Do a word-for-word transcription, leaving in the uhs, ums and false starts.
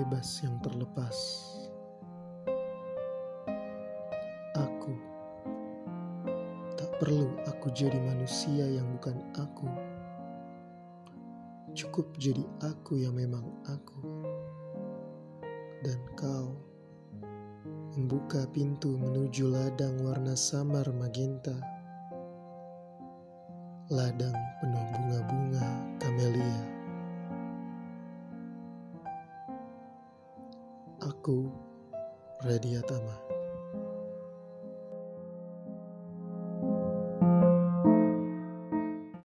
bebas yang terlepas. Aku tak perlu aku jadi manusia yang bukan aku. Cukup jadi aku yang memang aku. Dan kau membuka pintu menuju ladang warna samar magenta. Ladang penuh bunga-bunga kamelia. Aku Radiatama.